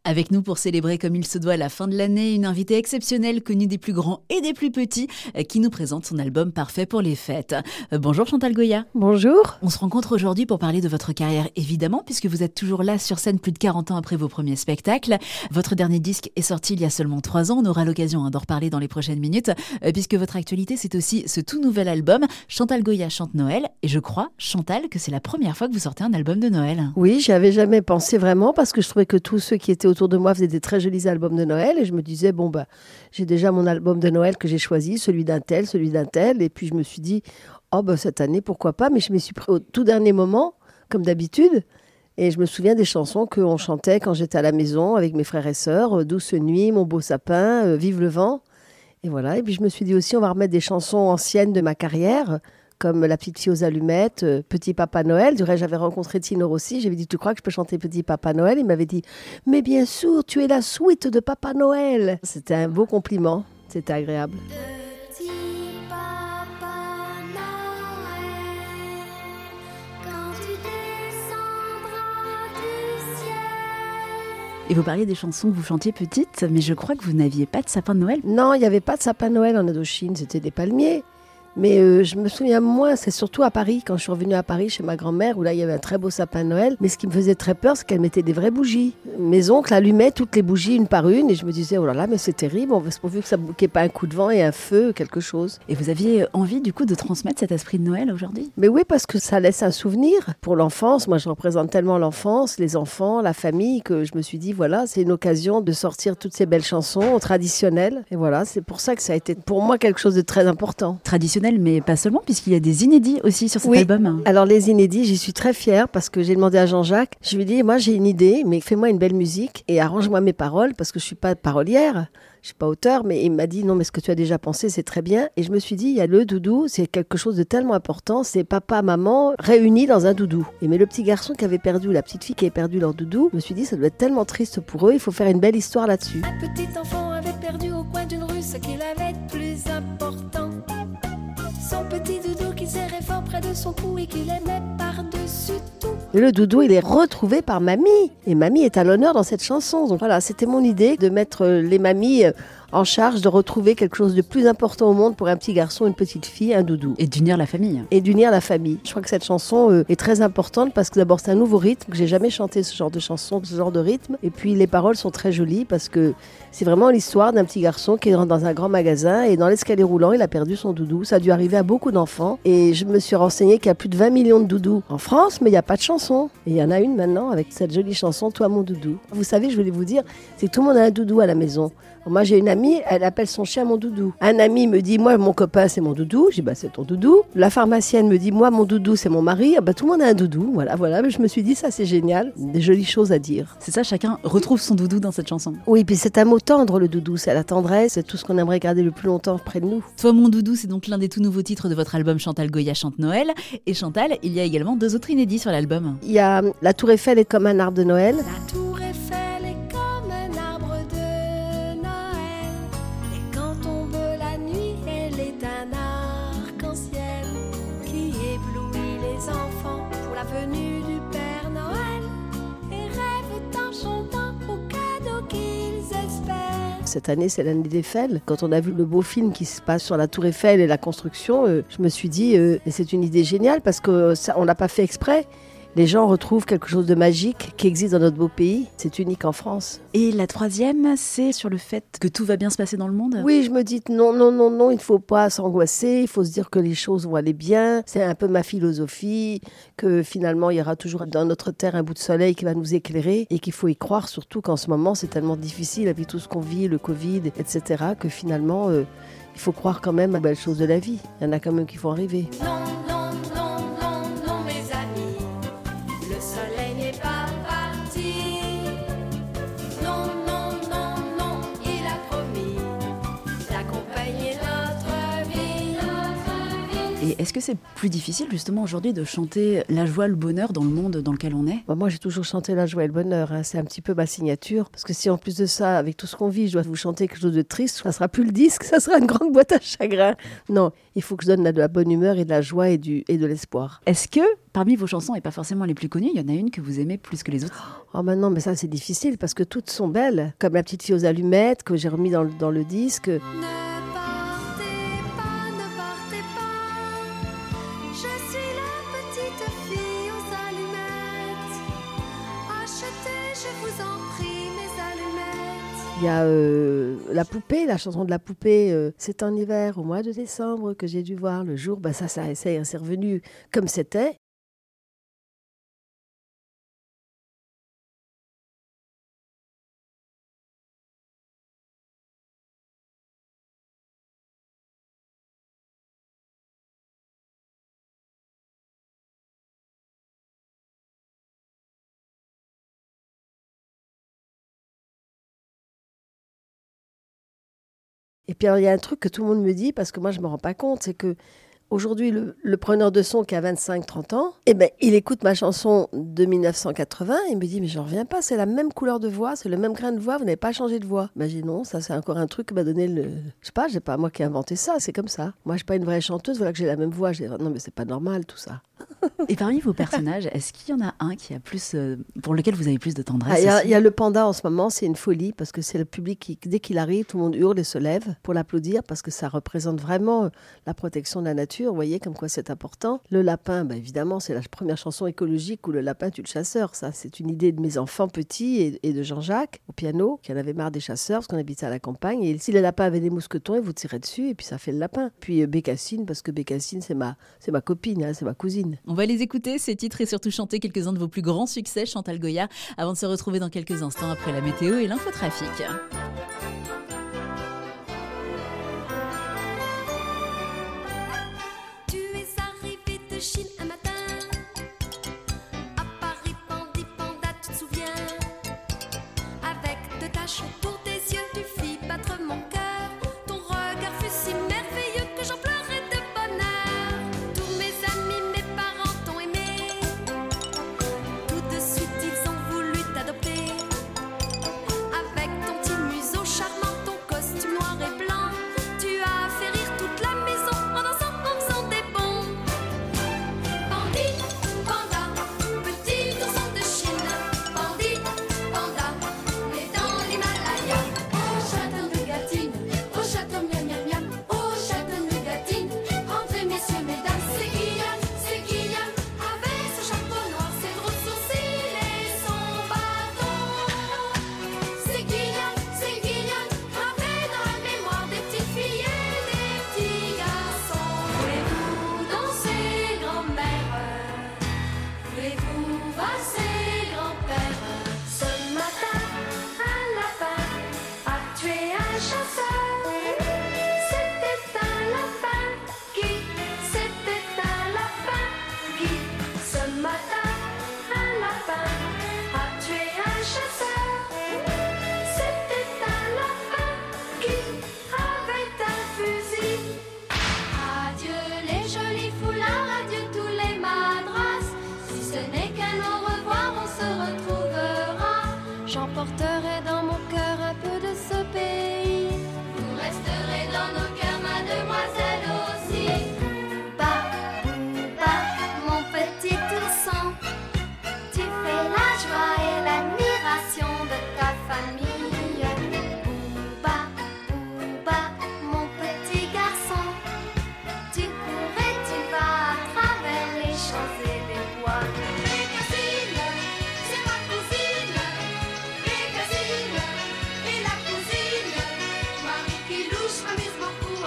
Avec nous pour célébrer comme il se doit la fin de l'année, une invitée exceptionnelle connue des plus grands et des plus petits qui nous présente son album parfait pour les fêtes. Bonjour Chantal Goya. Bonjour. On se rencontre aujourd'hui pour parler de votre carrière évidemment puisque vous êtes toujours là sur scène plus de 40 ans après vos premiers spectacles. Votre dernier disque est sorti il y a seulement 3 ans, on aura l'occasion d'en reparler dans les prochaines minutes puisque votre actualité c'est aussi ce tout nouvel album Chantal Goya chante Noël et je crois Chantal que c'est la première fois que vous sortez un album de Noël. Oui, j'y avais jamais pensé vraiment parce que je trouvais que tous ceux qui étaient autour de moi faisaient des très jolis albums de Noël et je me disais j'ai déjà mon album de Noël que j'ai choisi, celui d'un tel et puis je me suis dit cette année pourquoi pas, mais je me suis pris au tout dernier moment comme d'habitude et je me souviens des chansons qu'on chantait quand j'étais à la maison avec mes frères et sœurs, Douce nuit, Mon beau sapin, Vive le vent et voilà. Et puis je me suis dit aussi on va remettre des chansons anciennes de ma carrière comme La petite fille aux allumettes, Petit Papa Noël. Du reste, j'avais rencontré Tino Rossi. J'avais dit, tu crois que je peux chanter Petit Papa Noël? Il m'avait dit, mais bien sûr, tu es la suite de Papa Noël. C'était un beau compliment. C'était agréable. Petit Papa Noël, quand tu descendras du ciel. Et vous parliez des chansons que vous chantiez petites, mais je crois que vous n'aviez pas de sapin de Noël. Non, il n'y avait pas de sapin de Noël en Indochine. C'était des palmiers. Mais je me souviens moins, c'est surtout à Paris, quand je suis revenue à Paris chez ma grand-mère, où là il y avait un très beau sapin de Noël. Mais ce qui me faisait très peur, c'est qu'elle mettait des vraies bougies. Mes oncles allumaient toutes les bougies une par une et je me disais, oh là là, mais c'est terrible, on va se pourvu que ça qu'il n'y ait pas un coup de vent et un feu, quelque chose. Et vous aviez envie du coup de transmettre cet esprit de Noël aujourd'hui? Mais oui, parce que ça laisse un souvenir pour l'enfance. Moi je représente tellement l'enfance, les enfants, la famille, que je me suis dit, voilà, c'est une occasion de sortir toutes ces belles chansons traditionnelles. Et voilà, c'est pour ça que ça a été pour moi quelque chose de très important. Traditionnel, mais pas seulement, puisqu'il y a des inédits aussi sur cet album. Alors les inédits, j'y suis très fière parce que j'ai demandé à Jean-Jacques, je lui ai dit, moi j'ai une idée, mais fais-moi une belle musique et arrange-moi mes paroles parce que je suis pas parolière, je suis pas auteur, mais il m'a dit, non mais ce que tu as déjà pensé, c'est très bien. Et je me suis dit, il y a le doudou, c'est quelque chose de tellement important, c'est papa, maman réunis dans un doudou. Et mais le petit garçon qui avait perdu, la petite fille qui avait perdu leur doudou, je me suis dit, ça doit être tellement triste pour eux, il faut faire une belle histoire là-dessus. Un petit enfant avait perdu au coin d'une rue ce qu'il avait de plus important. Son petit doudou qui serrait fort près de son cou et qu'il aimait par-dessus tout. Et le doudou, il est retrouvé par mamie. Et mamie est à l'honneur dans cette chanson. Donc voilà, c'était mon idée de mettre les mamies en charge de retrouver quelque chose de plus important au monde pour un petit garçon, une petite fille, un doudou. Et d'unir la famille. Et d'unir la famille. Je crois que cette chanson est très importante parce que d'abord c'est un nouveau rythme, que j'ai jamais chanté ce genre de chanson, ce genre de rythme. Et puis les paroles sont très jolies parce que c'est vraiment l'histoire d'un petit garçon qui rentre dans un grand magasin et dans l'escalier roulant, il a perdu son doudou. Ça a dû arriver à beaucoup d'enfants. Et je me suis renseignée qu'il y a plus de 20 millions de doudous en France, mais il n'y a pas de chanson. Et il y en a une maintenant avec cette jolie chanson, Toi mon doudou. Vous savez, je voulais vous dire, c'est que tout le monde a un doudou à la maison. Moi, j'ai une amie, elle appelle son chien mon doudou. Un ami me dit, moi, mon copain, c'est mon doudou. Je dis, c'est ton doudou. La pharmacienne me dit, moi, mon doudou, c'est mon mari. Tout le monde a un doudou. Voilà. Mais je me suis dit, ça, c'est génial. Des jolies choses à dire. C'est ça, chacun retrouve son doudou dans cette chanson. Oui, puis c'est un mot tendre, le doudou. C'est la tendresse, c'est tout ce qu'on aimerait garder le plus longtemps près de nous. Toi, mon doudou, c'est donc l'un des tout nouveaux titres de votre album Chantal Goya chante Noël. Et Chantal, il y a également 2 autres inédits sur l'album. Il y a La Tour Eiffel est comme un arbre de Noël. La tour Eiffel est comme un arbre de Noël. Et quand tombe la nuit, elle est un arc-en-ciel qui éblouit les enfants pour la venue du Père Noël et rêvent en chantant aux cadeaux qu'ils espèrent. Cette année, c'est l'année d'Eiffel. Quand on a vu le beau film qui se passe sur la Tour Eiffel et la construction, je me suis dit, c'est une idée géniale parce qu'on ne l'a pas fait exprès. Les gens retrouvent quelque chose de magique qui existe dans notre beau pays. C'est unique en France. Et la troisième, c'est sur le fait que tout va bien se passer dans le monde? Oui, je me dis non, il ne faut pas s'angoisser, il faut se dire que les choses vont aller bien. C'est un peu ma philosophie, que finalement, il y aura toujours dans notre terre un bout de soleil qui va nous éclairer et qu'il faut y croire, surtout qu'en ce moment, c'est tellement difficile avec tout ce qu'on vit, le Covid, etc., que finalement, il faut croire quand même aux belles choses de la vie. Il y en a quand même qui vont arriver. Non, non, non, non, non, mes amis, le soleil n'est pas parti. Non, non, non, non, il a promis d'accompagner notre vie. Et est-ce que c'est plus difficile justement aujourd'hui de chanter la joie, le bonheur dans le monde dans lequel on est ? Moi, j'ai toujours chanté la joie et le bonheur. C'est un petit peu ma signature. Parce que si en plus de ça, avec tout ce qu'on vit, je dois vous chanter quelque chose de triste, ça sera plus le disque, ça sera une grande boîte à chagrin. Non, il faut que je donne de la bonne humeur et de la joie et de l'espoir. Est-ce que parmi vos chansons, et pas forcément les plus connues, il y en a une que vous aimez plus que les autres ? Oh maintenant, mais ça c'est difficile parce que toutes sont belles. Comme La petite fille aux allumettes que j'ai remis dans le disque. Ne partez pas, je suis la petite fille aux allumettes. Achetez, je vous en prie, mes allumettes. Il y a la poupée, la chanson de la poupée. C'est en hiver, au mois de décembre, que j'ai dû voir le jour. C'est revenu comme c'était. Et puis alors, il y a un truc que tout le monde me dit, parce que moi je ne me rends pas compte, c'est que aujourd'hui, le preneur de son qui a 25-30 ans, eh ben, il écoute ma chanson de 1980 et il me dit « Mais je n'en reviens pas, c'est la même couleur de voix, c'est le même grain de voix, vous n'avez pas changé de voix. » Ben, j'ai dit « Non, ça c'est encore un truc qui m'a donné le... » Je sais pas moi qui ai inventé ça, c'est comme ça. Moi je ne suis pas une vraie chanteuse, voilà que j'ai la même voix. J'ai dit « Non mais c'est pas normal tout ça. » Et parmi vos personnages, est-ce qu'il y en a un qui a plus, pour lequel vous avez plus de tendresse ? Il y a le panda en ce moment, c'est une folie parce que c'est le public qui, dès qu'il arrive, tout le monde hurle et se lève pour l'applaudir parce que ça représente vraiment la protection de la nature. Vous voyez comme quoi c'est important. Le lapin, ben évidemment, c'est la première chanson écologique où le lapin tue le chasseur. Ça, c'est une idée de mes enfants petits et de Jean-Jacques au piano qui en avait marre des chasseurs parce qu'on habitait à la campagne. Et si le lapin avait des mousquetons, il vous tirait dessus et puis ça fait le lapin. Puis Bécassine, parce que Bécassine, c'est ma copine, hein, c'est ma cousine. On va les écouter, ces titres, et surtout chanter quelques-uns de vos plus grands succès, Chantal Goya, avant de se retrouver dans quelques instants après la météo et l'infotrafic. Tu es arrivé de Chine un matin, à Paris, Pandi Panda, tu te souviens? Avec deux taches autour des yeux, tu fis battre mon cœur. Ton regard fut si merveilleux que j'en pleurais de bonheur. Tous mes amis, mes parents t'ont aimé. Tout de suite, ils ont voulu t'adopter. Avec ton petit museau charmant, ton costume noir et blanc, tu as fait rire toute la maison en dansant, en faisant des bonds. Pandi, panda, petit ourson de Chine. Pandi, panda, né dans l'Himalaya. Au château de Gatine, au château miam miam miam, au château de Gatine. Entrez messieurs, mesdames, c'est Guillaume avec son chapeau noir, ses gros sourcils et son bâton. C'est Guillaume avait dans la mémoire des petites filles et des petits garçons. Voulez-vous danser, grand-mère? Voulez-vous valser, grand-père? Ce matin, un lapin a tué un chasseur. C'était un lapin qui, c'était un lapin qui. Ce matin, un lapin a tué un chasseur. C'était un lapin qui avait un fusil. Adieu les jolis foulards, adieu tous les madras. Si ce n'est qu'un au revoir, on se retrouvera. J'emporterai dans mon cœur un peu de ce pays. Vous resterez dans nos cœurs, mademoiselle aussi. Bouba, mon petit ourson, tu fais la joie et l'admiration de ta famille. Bouba, mon petit garçon, tu cours et tu vas à travers les champs et les bois. Bécassine, c'est ma cousine. Bécassine et la cousine. Marie qui louche m'amuse beaucoup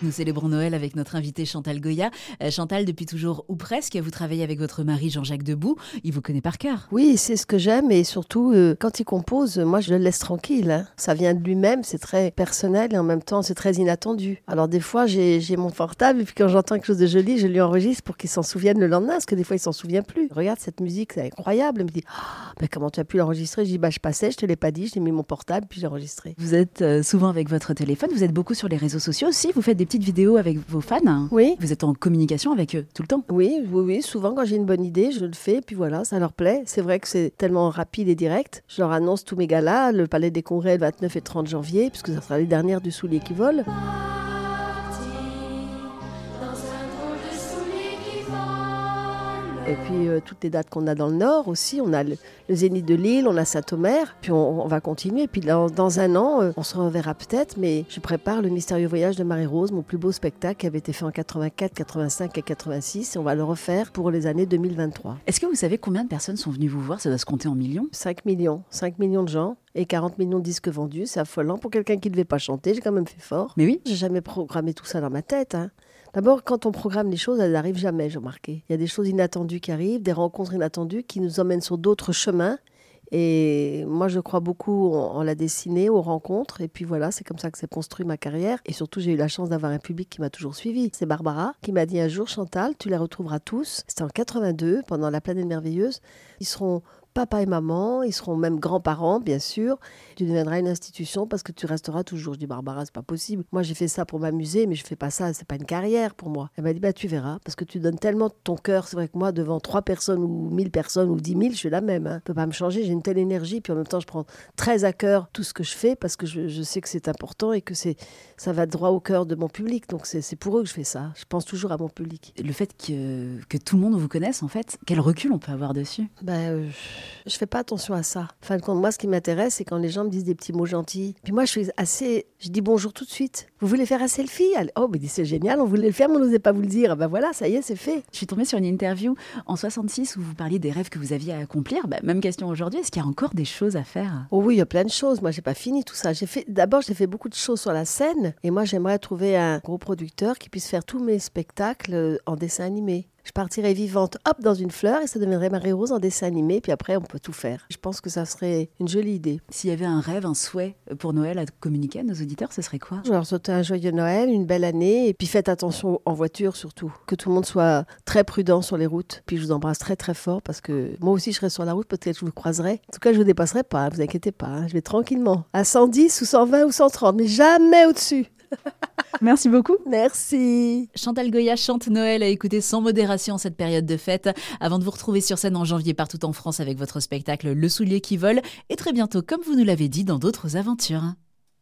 Nous célébrons Noël avec notre invitée Chantal Goya. Chantal, depuis toujours ou presque, vous travaillez avec votre mari Jean-Jacques Debout. Il vous connaît par cœur. Oui, c'est ce que j'aime et surtout, quand il compose, moi je le laisse tranquille. Hein. Ça vient de lui-même, c'est très personnel et en même temps c'est très inattendu. Alors des fois, j'ai mon portable et puis quand j'entends quelque chose de joli, je lui enregistre pour qu'il s'en souvienne le lendemain parce que des fois il s'en souvient plus. Regarde cette musique, c'est incroyable. Il me dit mais comment tu as pu l'enregistrer? Je dis je passais, je te l'ai pas dit, j'ai mis mon portable puis j'ai enregistré. Vous êtes souvent avec votre téléphone, vous êtes beaucoup sur les réseaux sociaux aussi, vous faites des petites vidéos avec vos fans. Oui. Vous êtes en communication avec eux tout le temps. Oui, souvent quand j'ai une bonne idée, je le fais puis voilà, ça leur plaît. C'est vrai que c'est tellement rapide et direct. Je leur annonce tous mes galas, le Palais des Congrès le 29 et 30 janvier, puisque ça sera les dernières du Soulier qui vole. Et puis toutes les dates qu'on a dans le Nord aussi, on a le Zénith de Lille, on a Saint-Omer, puis on va continuer. Puis dans un an, on se reverra peut-être, mais je prépare le mystérieux voyage de Marie-Rose, mon plus beau spectacle qui avait été fait en 84, 85 et 86, et on va le refaire pour les années 2023. Est-ce que vous savez combien de personnes sont venues vous voir? Ça doit se compter en millions. 5 millions de gens et 40 millions de disques vendus, c'est affolant pour quelqu'un qui ne devait pas chanter, j'ai quand même fait fort. Mais oui. J'ai jamais programmé tout ça dans ma tête, hein. D'abord, quand on programme les choses, elles n'arrivent jamais, j'ai remarqué. Il y a des choses inattendues qui arrivent, des rencontres inattendues qui nous emmènent sur d'autres chemins. Et moi, je crois beaucoup en la destinée, aux rencontres. Et puis voilà, c'est comme ça que s'est construit ma carrière. Et surtout, j'ai eu la chance d'avoir un public qui m'a toujours suivi. C'est Barbara qui m'a dit un jour, Chantal, tu les retrouveras tous. C'était en 82, pendant La Planète Merveilleuse. Ils seront papa et maman, ils seront même grands-parents, bien sûr. Tu deviendras une institution parce que tu resteras toujours. Je dis, Barbara, c'est pas possible. Moi, j'ai fait ça pour m'amuser, mais je fais pas ça, c'est pas une carrière pour moi. Elle m'a dit, tu verras, parce que tu donnes tellement de ton cœur. C'est vrai que moi, devant 3 personnes ou 1000 personnes ou 10 000, je suis la même. Hein. Je peux pas me changer, j'ai une telle énergie. Puis en même temps, je prends très à cœur tout ce que je fais parce que je sais que c'est important et que ça va droit au cœur de mon public. Donc c'est pour eux que je fais ça. Je pense toujours à mon public. Le fait que tout le monde vous connaisse, en fait, quel recul on peut avoir dessus? Je fais pas attention à ça. En fin de compte, moi, ce qui m'intéresse, c'est quand les gens me disent des petits mots gentils. Puis moi, je dis bonjour tout de suite. Vous voulez faire un selfie? Oh, mais c'est génial, on voulait le faire, mais on n'osait pas vous le dire. Voilà, ça y est, c'est fait. Je suis tombée sur une interview en 66 où vous parliez des rêves que vous aviez à accomplir. Même question aujourd'hui, est-ce qu'il y a encore des choses à faire? Oh oui, il y a plein de choses. Moi, j'ai pas fini tout ça. D'abord, j'ai fait beaucoup de choses sur la scène. Et moi, j'aimerais trouver un gros producteur qui puisse faire tous mes spectacles en dessin animé. Je partirais vivante, dans une fleur, et ça deviendrait Marie-Rose en dessin animé, puis après, on peut tout faire. Je pense que ça serait une jolie idée. S'il y avait un rêve, un souhait pour Noël à communiquer à nos auditeurs, ce serait quoi? Je leur souhaite un joyeux Noël, une belle année, et puis faites attention en voiture surtout. Que tout le monde soit très prudent sur les routes. Puis je vous embrasse très très fort, parce que moi aussi, je serai sur la route, peut-être que je vous croiserai. En tout cas, je vous dépasserai pas, vous inquiétez pas. Je vais tranquillement, à 110 ou 120 ou 130, mais jamais au-dessus. Merci beaucoup. Merci. Chantal Goya chante Noël à écouter sans modération en cette période de fête, avant de vous retrouver sur scène en janvier partout en France avec votre spectacle Le Soulier qui vole, et très bientôt, comme vous nous l'avez dit, dans d'autres aventures.